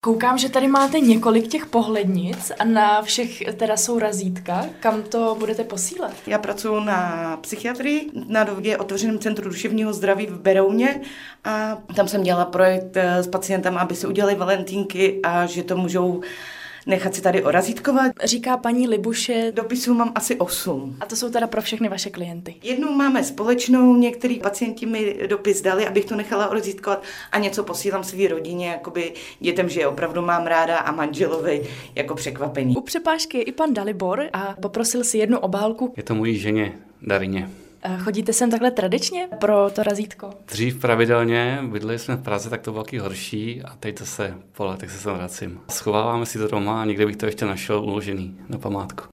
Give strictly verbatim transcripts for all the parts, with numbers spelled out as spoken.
Koukám, že tady máte několik těch pohlednic a na všech teda jsou razítka. Kam to budete posílat? Já pracuji na psychiatrii, na nově otevřeném centru duševního zdraví v Berouně a tam jsem dělala projekt s pacientama, aby si udělali valentínky a že to můžou nechat si tady orazítkovat. Říká paní Libuše. Dopisů mám asi osm. A to jsou teda pro všechny vaše klienty? Jednu máme společnou, některý pacienti mi dopis dali, abych to nechala orazítkovat a něco posílám své rodině, jakoby dětem, že je opravdu mám ráda a manželovi jako překvapení. U přepážky je i pan Dalibor a poprosil si jednu obálku. Je to mojí ženě Darině. Chodíte sem takhle tradičně pro to razítko? Dřív pravidelně, bydleli jsme v Praze, tak to bylo taky horší a teď to se po letech se sem vracím. Schováváme si to doma a někde bych to ještě našel uložený na památku.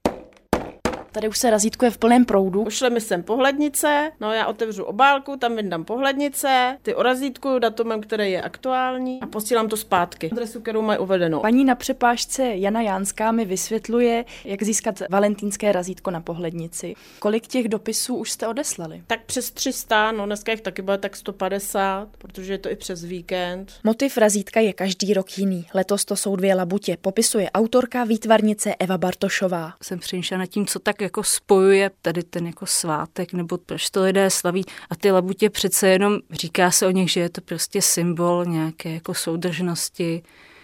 Tady už se razítkuje v plném proudu. Pošle mi sem pohlednice, no já otevřu obálku, tam vyndám pohlednice, ty orazítkuju datumem, který je aktuální a posílám to zpátky. Adresu, kterou mají uvedenou. Paní na přepážce Jana Jánská mi vysvětluje, jak získat valentýnské razítko na pohlednici. Kolik těch dopisů už jste odeslali? Tak přes tři sta, no dneska jich taky bude tak sto padesát, protože je to i přes víkend. Motiv razítka je každý rok jiný. Letos to jsou dvě labutě, popisuje autorka výtvarnice Eva Bartošová. Jsem přemýšlela nad tím, co tak jako spojuje tady ten jako svátek, nebo proč to lidé slaví. A ty labutě přece jenom říká se o nich, že je to prostě symbol nějaké jako soudržnosti.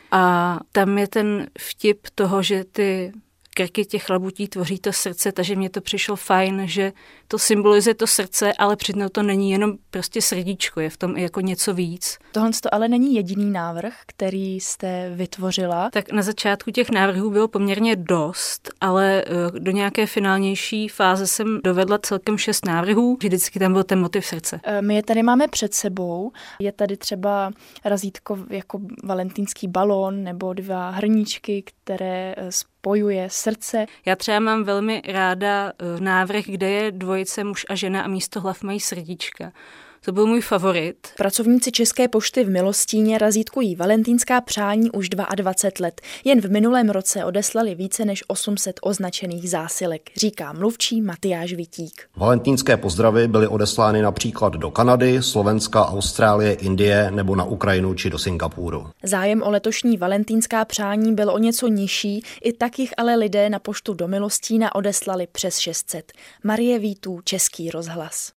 A tam je ten vtip toho, že ty krky těch labutí tvoří to srdce, takže mně to přišlo fajn, že to symbolizuje to srdce, ale přitom to není jenom prostě srdíčko, je v tom i jako něco víc. Tohle to ale není jediný návrh, který jste vytvořila. Tak na začátku těch návrhů bylo poměrně dost, ale do nějaké finálnější fáze jsem dovedla celkem šest návrhů, vždycky tam byl ten motiv srdce. My je tady máme před sebou, je tady třeba razítko jako valentýnský balón nebo dva hrníčky, které spojuje srdce. Já třeba mám velmi ráda návrh, kde je dvojice muž a žena a místo hlav mají srdíčka. To byl můj favorit. Pracovníci České pošty v Milostíně razítkují valentýnská přání už dvacet dva let. Jen v minulém roce odeslali více než osm set označených zásilek, říká mluvčí Matyáš Vitík. Valentýnské pozdravy byly odeslány například do Kanady, Slovenska, Austrálie, Indie nebo na Ukrajinu či do Singapuru. Zájem o letošní valentýnská přání byl o něco nižší, i tak jich ale lidé na poštu do Milostína odeslali přes šest set. Marie Vítů, Český rozhlas.